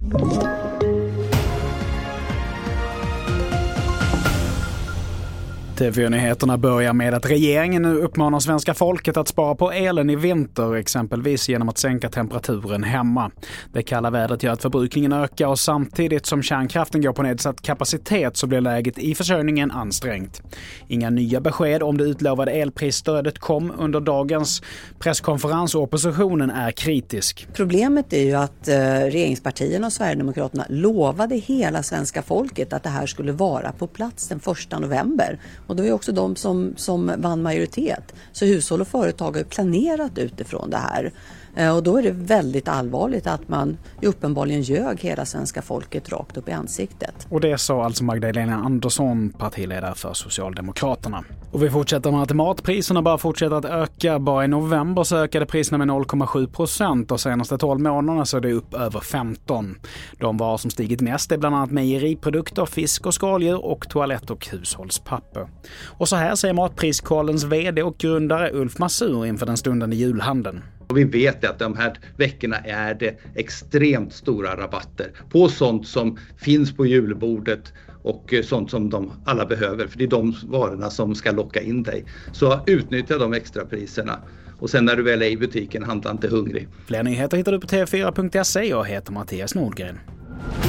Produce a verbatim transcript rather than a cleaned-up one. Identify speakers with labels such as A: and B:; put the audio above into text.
A: T V fyra-nyheterna börjar med att regeringen nu uppmanar svenska folket att spara på elen i vinter, exempelvis genom att sänka temperaturen hemma. Det kalla vädret gör att förbrukningen ökar och samtidigt som kärnkraften går på nedsatt kapacitet så blir läget i försörjningen ansträngt. Inga nya besked om det utlovade elprisstödet kom under dagens presskonferens och oppositionen är kritisk.
B: Problemet är ju att eh, regeringspartierna och Sverigedemokraterna lovade hela svenska folket att det här skulle vara på plats den första november. Och det var ju också de som, som vann majoritet. Så hushåll och företag har planerat utifrån det här. Och då är det väldigt allvarligt att man uppenbarligen ljög hela svenska folket rakt upp i ansiktet.
A: Och det sa alltså Magdalena Andersson, partiledare för Socialdemokraterna. Och vi fortsätter med att matpriserna bara fortsätter att öka. Bara i november så ökade priserna med noll komma sju procent och senaste tolv månaderna så är det upp över femton. De varor som stigit mest är bland annat mejeriprodukter, fisk och skaldjur och toalett- och hushållspapper. Och så här säger Matpriskollens vd och grundare Ulf Masur inför den stundande julhandeln.
C: Och vi vet att de här veckorna är det extremt stora rabatter på sånt som finns på julbordet och sånt som de alla behöver. För det är de varorna som ska locka in dig. Så utnyttja de extra priserna. Och sen när du väl är i butiken, handla inte hungrig.
A: Fler nyheter hittar du på T V fyra punkt se och heter Mattias Nordgren.